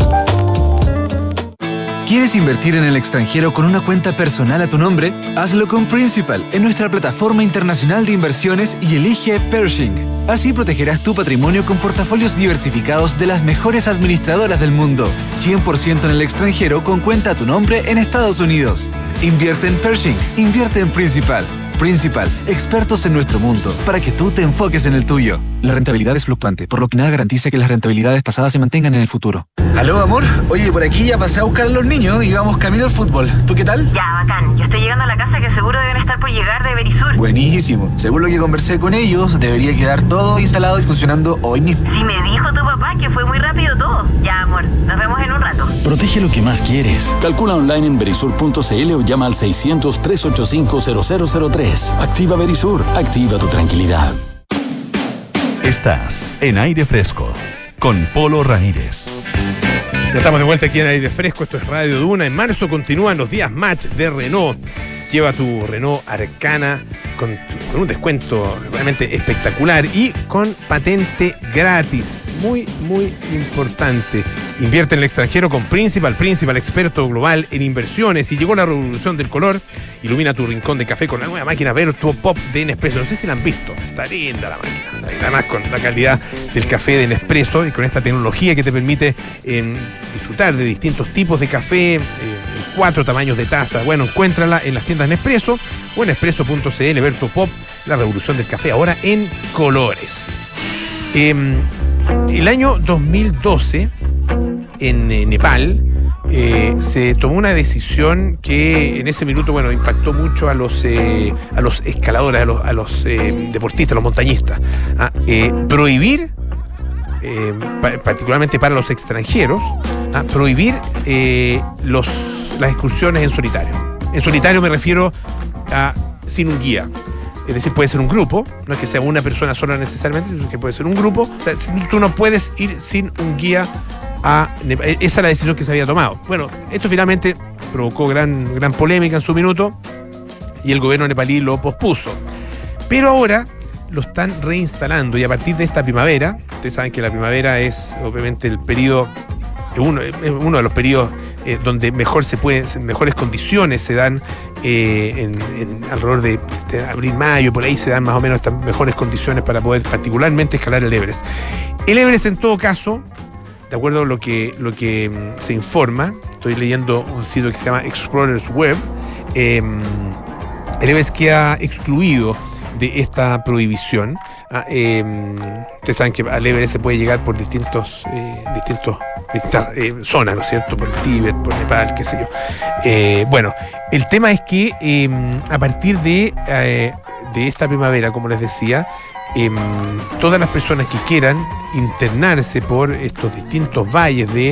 ¿Quieres invertir en el extranjero con una cuenta personal a tu nombre? Hazlo con Principal en nuestra plataforma internacional de inversiones y elige Pershing. Así protegerás tu patrimonio con portafolios diversificados de las mejores administradoras del mundo. 100% en el extranjero con cuenta a tu nombre en Estados Unidos. Invierte en Pershing, invierte en Principal. Principal, expertos en nuestro mundo, para que tú te enfoques en el tuyo. La rentabilidad es fluctuante, por lo que nada garantiza que las rentabilidades pasadas se mantengan en el futuro. Aló, amor. Oye, por aquí ya pasé a buscar a los niños y vamos camino al fútbol. ¿Tú qué tal? Ya, bacán. Yo estoy llegando a la casa que seguro deben estar por llegar de Verisur. Buenísimo. Según lo que conversé con ellos, debería quedar todo instalado y funcionando hoy mismo. Sí, me dijo tu papá que fue muy rápido todo. Ya, amor. Nos vemos en un rato. Protege lo que más quieres. Calcula online en verisur.cl o llama al 600-385-0003. Activa Verisur. Activa tu tranquilidad. Estás en Aire Fresco con Polo Ramírez. Ya estamos de vuelta aquí en Aire Fresco. Esto es Radio Duna. En marzo continúan los días match de Renault. Lleva tu Renault Arcana con un descuento realmente espectacular y con patente gratis. Muy, muy importante. Invierte en el extranjero con Principal, experto global en inversiones. Y llegó la revolución del color. Ilumina tu rincón de café con la nueva máquina Vertuo Pop de Nespresso. No sé si la han visto. Está linda la máquina. Además con la calidad del café de Nespresso y con esta tecnología que te permite disfrutar de distintos tipos de café, 4 tamaños de taza. Bueno, encuéntrala en las tiendas Nespresso o en nespresso.cl. Vertuo Pop, la revolución del café ahora en colores. El año 2012 en Nepal se tomó una decisión que en ese minuto, bueno, impactó mucho a los escaladores, a los deportistas, a los montañistas. Prohibir, particularmente para los extranjeros, prohibir las excursiones en solitario. En solitario me refiero a sin un guía. Es decir, puede ser un grupo, no es que sea una persona sola necesariamente, sino que puede ser un grupo. O sea, tú no puedes ir sin un guía a Nepal. Esa es la decisión que se había tomado. Bueno, esto finalmente provocó gran polémica en su minuto y el gobierno nepalí lo pospuso. Pero ahora lo están reinstalando y a partir de esta primavera, ustedes saben que la primavera es obviamente el periodo, uno de los periodos donde mejores condiciones se dan en alrededor de abril, mayo, por ahí se dan más o menos estas mejores condiciones para poder particularmente escalar el Everest. El Everest, en todo caso, de acuerdo a lo que se informa, estoy leyendo un sitio que se llama Explorers Web, el Everest queda excluido de esta prohibición. Ustedes saben que al Everest se puede llegar por distintas zonas, ¿no es cierto? Por el Tíbet, por Nepal, qué sé yo. Bueno, el tema es que a partir de esta primavera, como les decía, todas las personas que quieran internarse por estos distintos valles de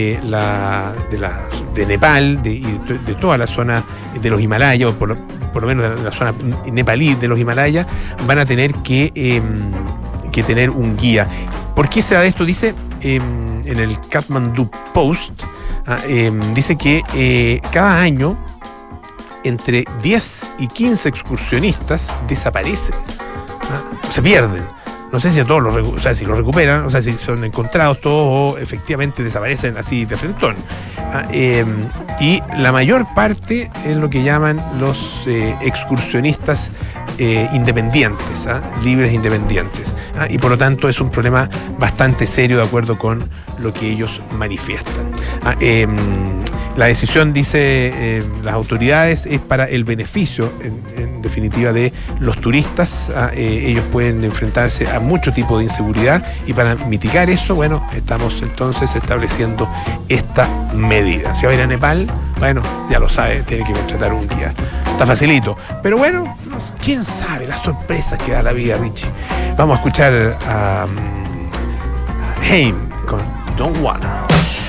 Nepal y de toda la zona de los Himalayas, o por lo menos de la zona nepalí de los Himalayas, van a tener que tener un guía. ¿Por qué se da esto? Dice en el Kathmandu Post, dice que cada año entre 10 y 15 excursionistas desaparecen, se pierden. No sé si a todos si los recuperan, o sea, si son encontrados todos o efectivamente desaparecen así de frentón. Y la mayor parte es lo que llaman los excursionistas independientes, libres independientes. Y por lo tanto es un problema bastante serio de acuerdo con lo que ellos manifiestan. La decisión, dice las autoridades, es para el beneficio, en definitiva, de los turistas. Ellos pueden enfrentarse a mucho tipo de inseguridad y para mitigar eso, bueno, estamos entonces estableciendo esta medida. Si va a ir a Nepal, bueno, ya lo sabe, tiene que contratar un guía. Está facilito. Pero bueno, quién sabe las sorpresas que da la vida, Richie. Vamos a escuchar a Haim con Don't Wanna.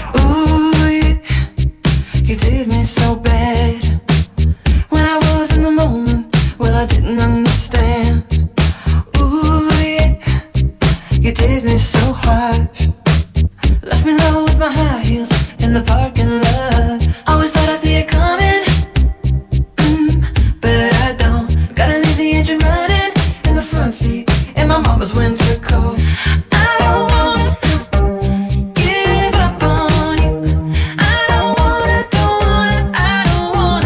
You did me so bad when I was in the moment. Well, I didn't understand. Ooh, yeah, you did me so harsh. Left me low with my high heels in the parking lot. Always thought I'd see it coming, but I don't. Gotta leave the engine running in the front seat in my mama's winter coat. I don't wanna give up on you. I don't wanna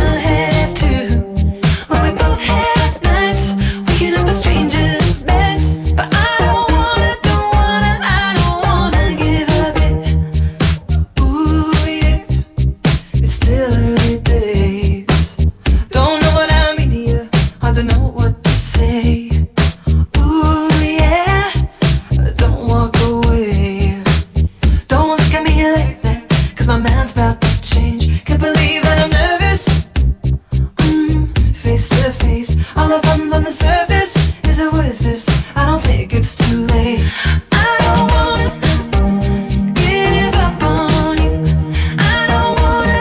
on the surface, is it worth this? I don't think it's too late. I don't wanna give up on you. I don't wanna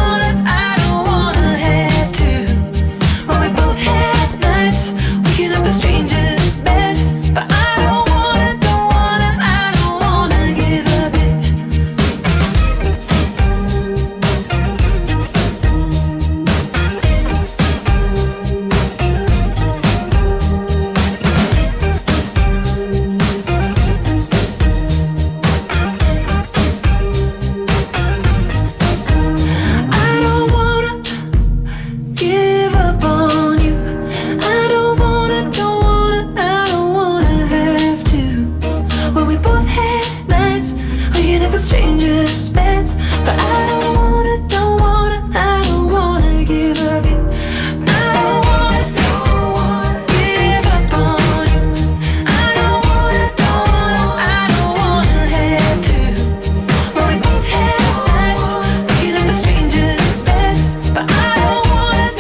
have to. When we both had nights, waking up in strangers' beds. But I don't wanna give up it. I don't wanna give up on you. I don't wanna have to. Well, we both had nights waking up in strangers' beds. But I don't wanna give up it. I don't wanna give up on you. I don't wanna have to. Well, we both had nights waking up in strangers' beds. But I don't wanna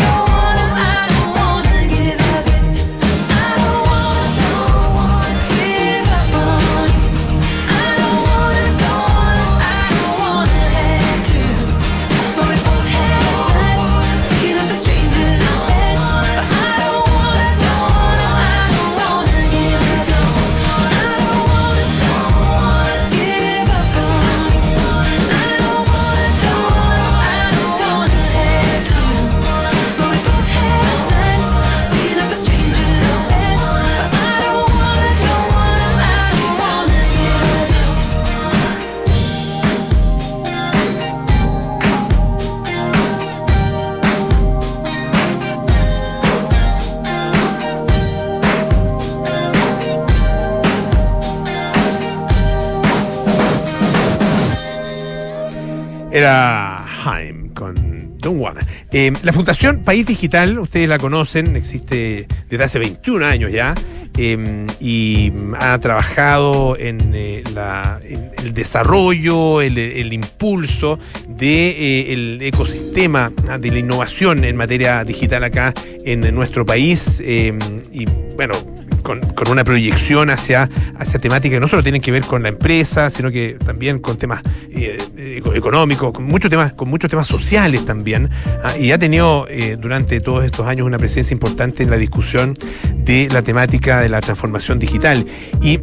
give up it. I don't wanna give up on you. I don't wanna have to. Well, we both had nights waking up in strangers' beds. But I don't wanna give up. I don't wanna give up on you. I don't wanna have to. Well, we both had nights waking up in strangers' beds. But I don't wanna give Era Haim con Don't Wanna. La Fundación País Digital, ustedes la conocen, existe desde hace 21 años ya, y ha trabajado en el desarrollo, el impulso del ecosistema de la innovación en materia digital acá en nuestro país, y bueno, con una proyección hacia temáticas que no solo tienen que ver con la empresa, sino que también con temas económicos, con muchos temas sociales también, y ha tenido durante todos estos años una presencia importante en la discusión de la temática de la transformación digital, y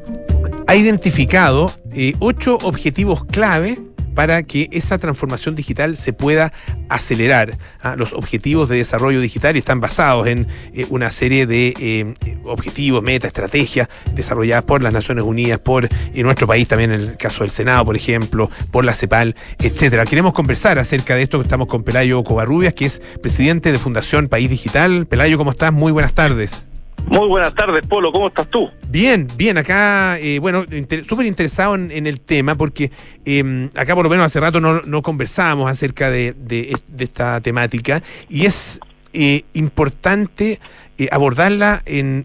ha identificado 8 objetivos clave para que esa transformación digital se pueda acelerar. Los objetivos de desarrollo digital están basados en una serie de objetivos, metas, estrategias desarrolladas por las Naciones Unidas, por nuestro país también, en el caso del Senado, por ejemplo, por la CEPAL, etcétera. Queremos conversar acerca de esto, que estamos con Pelayo Covarrubias, que es presidente de Fundación País Digital. Pelayo, ¿cómo estás? Muy buenas tardes. Muy buenas tardes, Polo, ¿cómo estás tú? Bien, acá, súper interesado en el tema, porque acá por lo menos hace rato no conversábamos acerca de esta temática, y es importante abordarla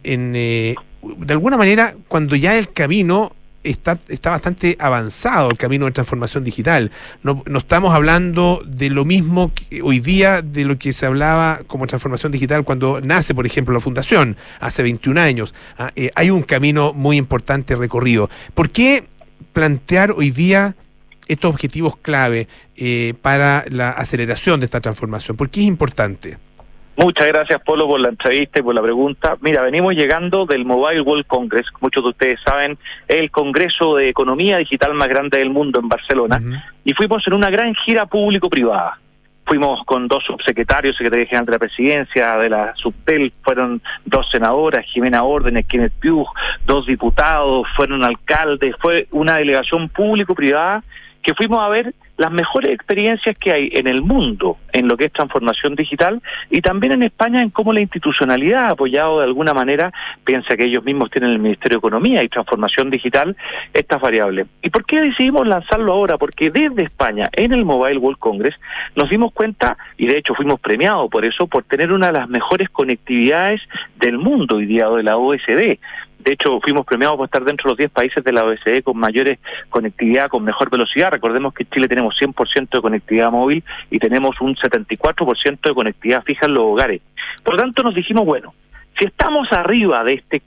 de alguna manera cuando ya el camino está bastante avanzado, el camino de transformación digital. No estamos hablando de lo mismo que hoy día de lo que se hablaba como transformación digital cuando nace, por ejemplo, la Fundación, hace 21 años. Hay un camino muy importante recorrido. ¿Por qué plantear hoy día estos objetivos clave para la aceleración de esta transformación? ¿Por qué es importante? Muchas gracias, Polo, por la entrevista y por la pregunta. Mira, venimos llegando del Mobile World Congress, muchos de ustedes saben, el congreso de economía digital más grande del mundo en Barcelona, y fuimos en una gran gira público-privada. Fuimos con 2 subsecretarios, secretario general de la presidencia, de la Subtel, fueron 2 senadoras, Jimena Órdenes, Kenneth Piug, 2 diputados, fueron alcaldes, fue una delegación público-privada que fuimos a ver las mejores experiencias que hay en el mundo en lo que es transformación digital, y también en España en cómo la institucionalidad ha apoyado de alguna manera, piensa que ellos mismos tienen el Ministerio de Economía y Transformación Digital, estas variables. ¿Y por qué decidimos lanzarlo ahora? Porque desde España, en el Mobile World Congress, nos dimos cuenta, y de hecho fuimos premiados por eso, por tener una de las mejores conectividades del mundo hoy día, de la OECD. De hecho, fuimos premiados por estar dentro de los 10 países de la OECD con mayores conectividad, con mejor velocidad. Recordemos que en Chile tenemos 100% de conectividad móvil y tenemos un 74% de conectividad fija en los hogares. Por lo tanto, nos dijimos, bueno, Si estamos arriba de este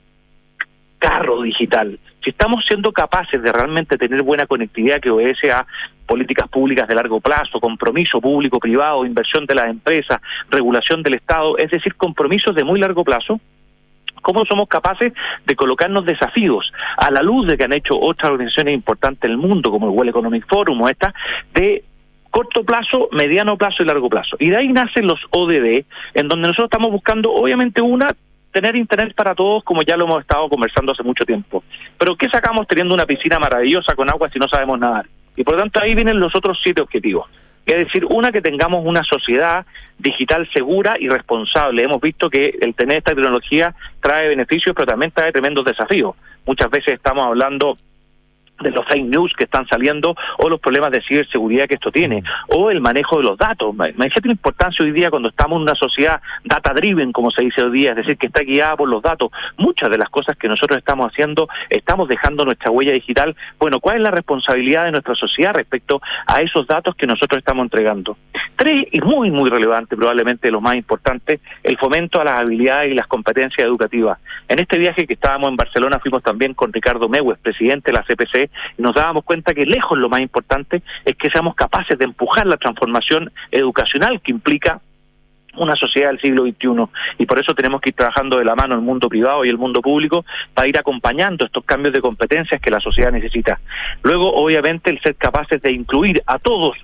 carro digital, si estamos siendo capaces de realmente tener buena conectividad que obedece a políticas públicas de largo plazo, compromiso público-privado, inversión de las empresas, regulación del Estado, es decir, compromisos de muy largo plazo, ¿cómo somos capaces de colocarnos desafíos a la luz de que han hecho otras organizaciones importantes en el mundo, como el World Economic Forum o esta, de corto plazo, mediano plazo y largo plazo? Y de ahí nacen los ODD, en donde nosotros estamos buscando, obviamente, tener internet para todos, como ya lo hemos estado conversando hace mucho tiempo. Pero ¿qué sacamos teniendo una piscina maravillosa con agua si no sabemos nadar? Y por lo tanto ahí vienen los otros 7 objetivos. Es decir, que tengamos una sociedad digital segura y responsable. Hemos visto que el tener esta tecnología trae beneficios, pero también trae tremendos desafíos. Muchas veces estamos hablando de los fake news que están saliendo, o los problemas de ciberseguridad que esto tiene, o el manejo de los datos. Imagínate la importancia hoy día cuando estamos en una sociedad data-driven, como se dice hoy día, es decir, que está guiada por los datos. Muchas de las cosas que nosotros estamos haciendo, estamos dejando nuestra huella digital. Bueno, ¿cuál es la responsabilidad de nuestra sociedad respecto a esos datos que nosotros estamos entregando? 3, y muy, muy relevante, probablemente lo más importante, el fomento a las habilidades y las competencias educativas. En este viaje que estábamos en Barcelona, fuimos también con Ricardo Mewes, presidente de la CPC, y nos dábamos cuenta que lejos lo más importante es que seamos capaces de empujar la transformación educacional que implica una sociedad del siglo XXI, y por eso tenemos que ir trabajando de la mano el mundo privado y el mundo público para ir acompañando estos cambios de competencias que la sociedad necesita. Luego, obviamente, el ser capaces de incluir a todos,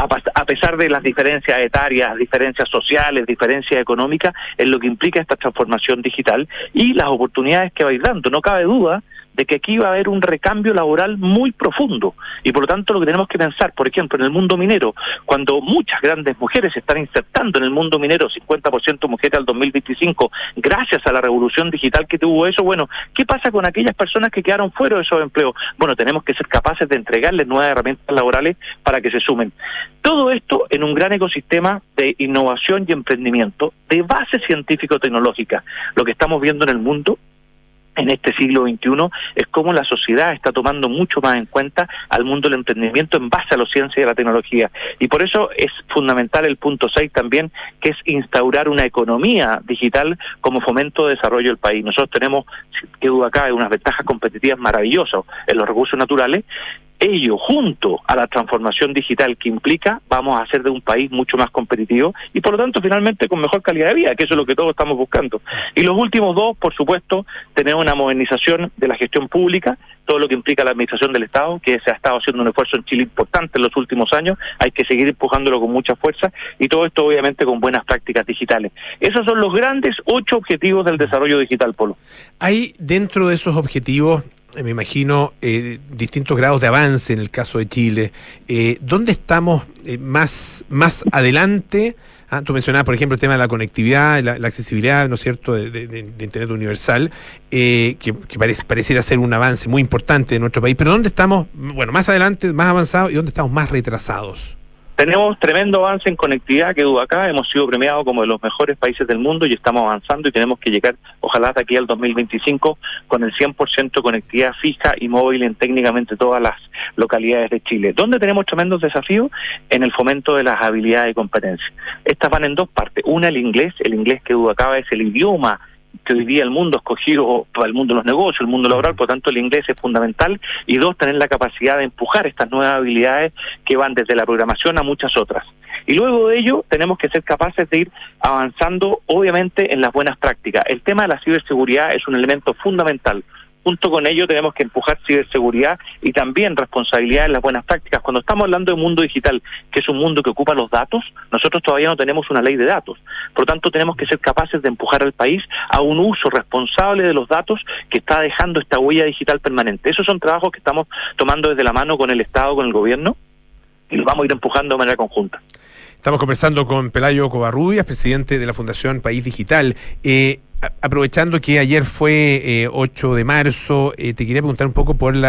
a pesar de las diferencias etarias, diferencias sociales, diferencias económicas, en lo que implica esta transformación digital y las oportunidades que va a ir dando. No cabe duda de que aquí va a haber un recambio laboral muy profundo, y por lo tanto lo que tenemos que pensar, por ejemplo, en el mundo minero, cuando muchas grandes mujeres se están insertando en el mundo minero, 50% mujeres al 2025, gracias a la revolución digital que tuvo eso. Bueno, ¿qué pasa con aquellas personas que quedaron fuera de esos empleos? Bueno, tenemos que ser capaces de entregarles nuevas herramientas laborales para que se sumen. Todo esto en un gran ecosistema de innovación y emprendimiento de base científico-tecnológica. Lo que estamos viendo en el mundo en este siglo XXI es cómo la sociedad está tomando mucho más en cuenta al mundo del emprendimiento en base a la ciencia y a la tecnología. Y por eso es fundamental el punto 6 también, que es instaurar una economía digital como fomento de desarrollo del país. Nosotros tenemos, que duda acá, unas ventajas competitivas maravillosas en los recursos naturales. Ello, junto a la transformación digital que implica, vamos a hacer de un país mucho más competitivo y, por lo tanto, finalmente con mejor calidad de vida, que eso es lo que todos estamos buscando. Y los últimos 2, por supuesto, tener una modernización de la gestión pública, todo lo que implica la administración del Estado, que se ha estado haciendo un esfuerzo en Chile importante en los últimos años, hay que seguir empujándolo con mucha fuerza, y todo esto obviamente con buenas prácticas digitales. Esos son los grandes 8 objetivos del desarrollo digital, Polo. Hay dentro de esos objetivos, me imagino, distintos grados de avance en el caso de Chile. ¿Dónde estamos más adelante? Tú mencionabas, por ejemplo, el tema de la conectividad, la accesibilidad, ¿no es cierto?, de Internet universal, que pareciera ser un avance muy importante en nuestro país. Pero ¿dónde estamos, más adelante, más avanzados, y dónde estamos más retrasados? Tenemos tremendo avance en conectividad, que duda acá, hemos sido premiados como de los mejores países del mundo y estamos avanzando, y tenemos que llegar, ojalá de aquí al 2025, con el 100% conectividad fija y móvil en técnicamente todas las localidades de Chile. ¿Dónde tenemos tremendos desafíos? En el fomento de las habilidades y competencias. Estas van en 2 partes. Una, el inglés que duda acá es el idioma que hoy día el mundo ha escogido para el mundo de los negocios, el mundo laboral, por lo tanto el inglés es fundamental. Y 2, tener la capacidad de empujar estas nuevas habilidades que van desde la programación a muchas otras. Y luego de ello tenemos que ser capaces de ir avanzando, obviamente, en las buenas prácticas. El tema de la ciberseguridad es un elemento fundamental. Junto con ello tenemos que empujar ciberseguridad y también responsabilidad en las buenas prácticas. Cuando estamos hablando de mundo digital, que es un mundo que ocupa los datos, nosotros todavía no tenemos una ley de datos. Por lo tanto, tenemos que ser capaces de empujar al país a un uso responsable de los datos que está dejando esta huella digital permanente. Esos son trabajos que estamos tomando desde la mano con el Estado, con el gobierno, y los vamos a ir empujando de manera conjunta. Estamos conversando con Pelayo Covarrubias, presidente de la Fundación País Digital. Aprovechando que ayer fue 8 de marzo, te quería preguntar un poco por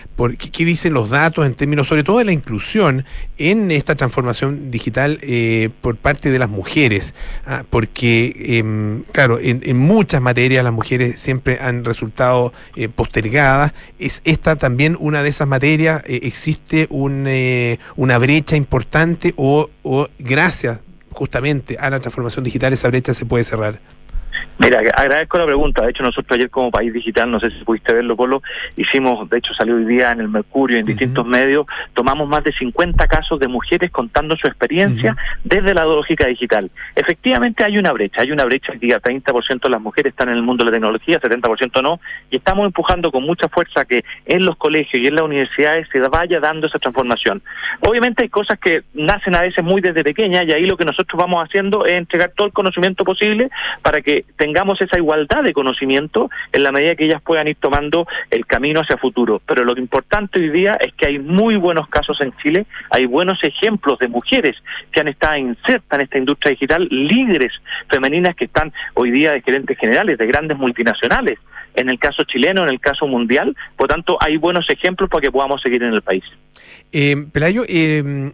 qué dicen los datos en términos, sobre todo, de la inclusión en esta transformación digital por parte de las mujeres, porque, claro, en muchas materias las mujeres siempre han resultado postergadas. ¿Es esta también una de esas materias? ¿Existe una brecha importante o gracias justamente a la transformación digital esa brecha se puede cerrar? Mira, agradezco la pregunta. De hecho, nosotros ayer como País Digital, no sé si pudiste verlo, Polo, hicimos, de hecho salió hoy día en el Mercurio, en distintos medios, tomamos más de 50 casos de mujeres contando su experiencia desde la lógica digital. Efectivamente hay una brecha hoy día, 30% de las mujeres están en el mundo de la tecnología, 70% no, y estamos empujando con mucha fuerza que en los colegios y en las universidades se vaya dando esa transformación. Obviamente hay cosas que nacen a veces muy desde pequeñas, y ahí lo que nosotros vamos haciendo es entregar todo el conocimiento posible para que tengamos esa igualdad de conocimiento en la medida que ellas puedan ir tomando el camino hacia futuro. Pero lo importante hoy día es que hay muy buenos casos en Chile, hay buenos ejemplos de mujeres que han estado insertas en esta industria digital, líderes femeninas que están hoy día de gerentes generales de grandes multinacionales, en el caso chileno, en el caso mundial. Por tanto, hay buenos ejemplos para que podamos seguir en el país. Pelayo, Chile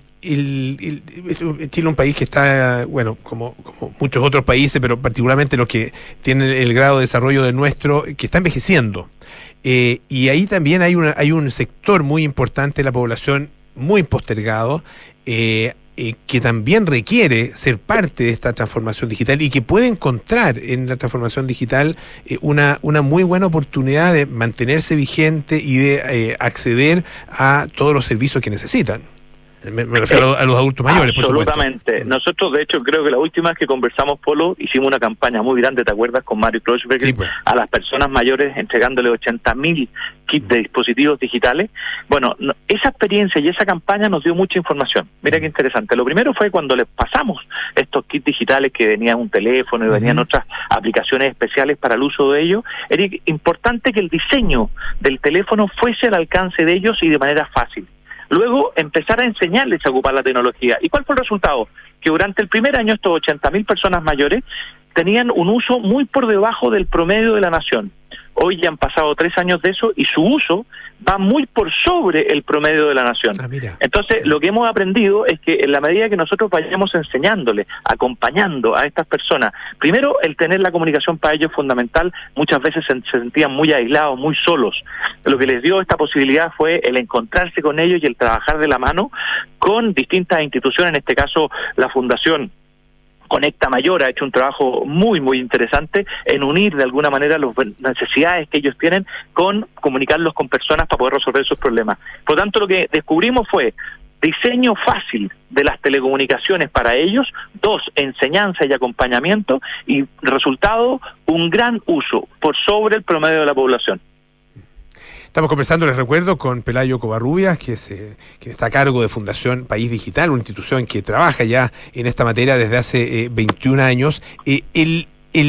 es un país que está, bueno, como muchos otros países, pero particularmente los que tienen el grado de desarrollo del nuestro, que está envejeciendo. Y ahí también hay un sector muy importante de la población muy postergado, que también requiere ser parte de esta transformación digital y que puede encontrar en la transformación digital una muy buena oportunidad de mantenerse vigente y de acceder a todos los servicios que necesitan. Me refiero a los adultos mayores, absolutamente. Por supuesto. Nosotros, de hecho, creo que la última vez que conversamos, Polo, hicimos una campaña muy grande, ¿te acuerdas? Con Mario Kloschberg, sí, pues, a las personas mayores, entregándole 80.000 kits de dispositivos digitales. Bueno, esa experiencia y esa campaña nos dio mucha información. Mira qué interesante. Lo primero fue cuando les pasamos estos kits digitales, que venían un teléfono y venían otras aplicaciones especiales para el uso de ellos. Era importante que el diseño del teléfono fuese al alcance de ellos y de manera fácil. Luego empezar a enseñarles a ocupar la tecnología. ¿Y cuál fue el resultado? Que durante el primer año estos 80.000 personas mayores tenían un uso muy por debajo del promedio de la nación. Hoy ya han pasado 3 años de eso y su uso va muy por sobre el promedio de la nación. Entonces, lo que hemos aprendido es que en la medida que nosotros vayamos enseñándole, acompañando a estas personas, primero, el tener la comunicación para ellos es fundamental. Muchas veces se sentían muy aislados, muy solos. Lo que les dio esta posibilidad fue el encontrarse con ellos y el trabajar de la mano con distintas instituciones, en este caso la Fundación Conecta Mayor ha hecho un trabajo muy, muy interesante en unir de alguna manera las necesidades que ellos tienen con comunicarlos con personas para poder resolver sus problemas. Por lo tanto, lo que descubrimos fue diseño fácil de las telecomunicaciones para ellos, 2, enseñanza y acompañamiento, y resultado, un gran uso por sobre el promedio de la población. Estamos conversando, les recuerdo, con Pelayo Covarrubias, que está a cargo de Fundación País Digital, una institución que trabaja ya en esta materia desde hace 21 años. El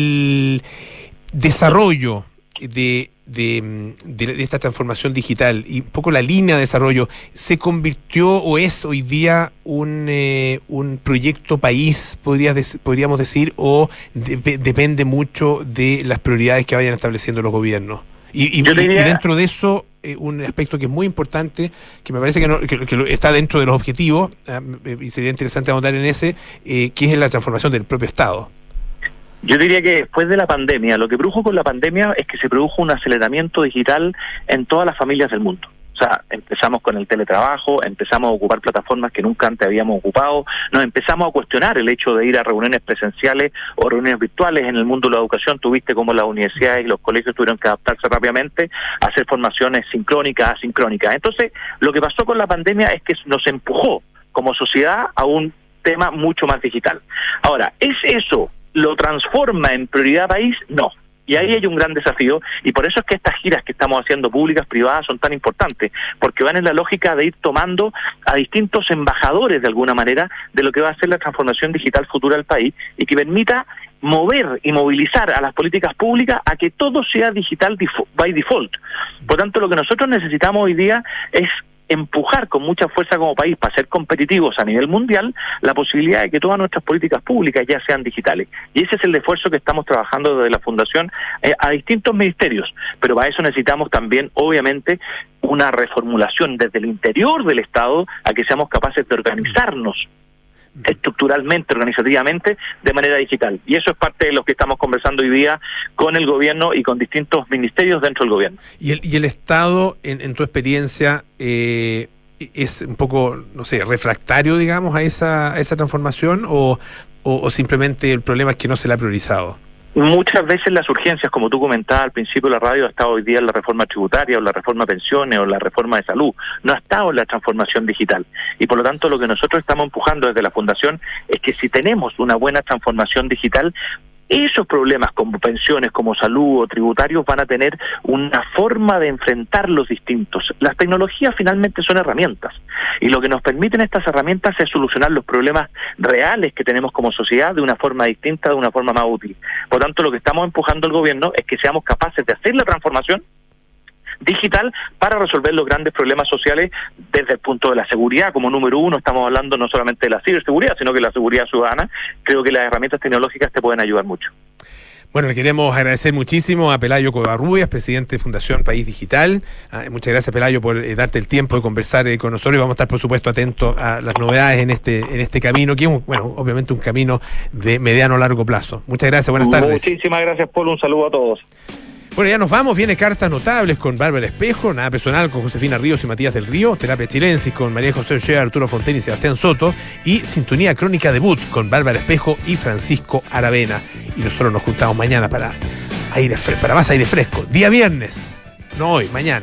desarrollo de esta transformación digital y un poco la línea de desarrollo se convirtió o es hoy día un proyecto país, podríamos decir, o depende mucho de las prioridades que vayan estableciendo los gobiernos. Y dentro de eso, un aspecto que es muy importante, que me parece que está dentro de los objetivos, y sería interesante anotar en ese, que es la transformación del propio Estado. Yo diría que después de la pandemia, lo que produjo con la pandemia es que se produjo un aceleramiento digital en todas las familias del mundo. O sea, empezamos con el teletrabajo, empezamos a ocupar plataformas que nunca antes habíamos ocupado, nos empezamos a cuestionar el hecho de ir a reuniones presenciales o reuniones virtuales. En el mundo de la educación tuviste como las universidades y los colegios tuvieron que adaptarse rápidamente a hacer formaciones sincrónicas, asincrónicas. Entonces, lo que pasó con la pandemia es que nos empujó como sociedad a un tema mucho más digital. Ahora, ¿es eso lo transforma en prioridad país? No. Y ahí hay un gran desafío, y por eso es que estas giras que estamos haciendo públicas, privadas, son tan importantes, porque van en la lógica de ir tomando a distintos embajadores, de alguna manera, de lo que va a ser la transformación digital futura del país, y que permita mover y movilizar a las políticas públicas a que todo sea digital by default. Por tanto, lo que nosotros necesitamos hoy día es empujar con mucha fuerza como país para ser competitivos a nivel mundial la posibilidad de que todas nuestras políticas públicas ya sean digitales. Y ese es el esfuerzo que estamos trabajando desde la Fundación a distintos ministerios. Pero para eso necesitamos también, obviamente, una reformulación desde el interior del Estado a que seamos capaces de organizarnos estructuralmente, organizativamente, de manera digital. Y eso es parte de lo que estamos conversando hoy día con el gobierno y con distintos ministerios dentro del gobierno. ¿Y el Estado, en tu experiencia, es un poco, no sé, refractario, digamos, a esa transformación o simplemente el problema es que no se la ha priorizado? Muchas veces las urgencias, como tú comentabas al principio de la radio, ha estado hoy día en la reforma tributaria o la reforma de pensiones o la reforma de salud, no ha estado en la transformación digital. Y por lo tanto lo que nosotros estamos empujando desde la Fundación es que si tenemos una buena transformación digital, esos problemas como pensiones, como salud o tributarios van a tener una forma de enfrentarlos distintos. Las tecnologías finalmente son herramientas y lo que nos permiten estas herramientas es solucionar los problemas reales que tenemos como sociedad de una forma distinta, de una forma más útil. Por tanto, lo que estamos empujando al gobierno es que seamos capaces de hacer la transformación digital para resolver los grandes problemas sociales desde el punto de la seguridad. Como número uno estamos hablando no solamente de la ciberseguridad, sino que la seguridad ciudadana. Creo que las herramientas tecnológicas te pueden ayudar mucho. Bueno, le queremos agradecer muchísimo a Pelayo Covarrubias, presidente de Fundación País Digital. Muchas gracias, Pelayo, por darte el tiempo de conversar con nosotros, y vamos a estar, por supuesto, atentos a las novedades en este camino, que es, obviamente un camino de mediano a largo plazo. Muchas gracias, buenas tardes. Muchísimas gracias, Polo, un saludo a todos. Bueno, ya nos vamos. Viene Cartas Notables con Bárbara Espejo, Nada Personal con Josefina Ríos y Matías del Río, Terapia Chilensis con María José Ochoa, Arturo Fontaine y Sebastián Soto, y Sintonía Crónica Debut con Bárbara Espejo y Francisco Aravena. Y nosotros nos juntamos mañana para más aire fresco. Día viernes, no hoy, mañana.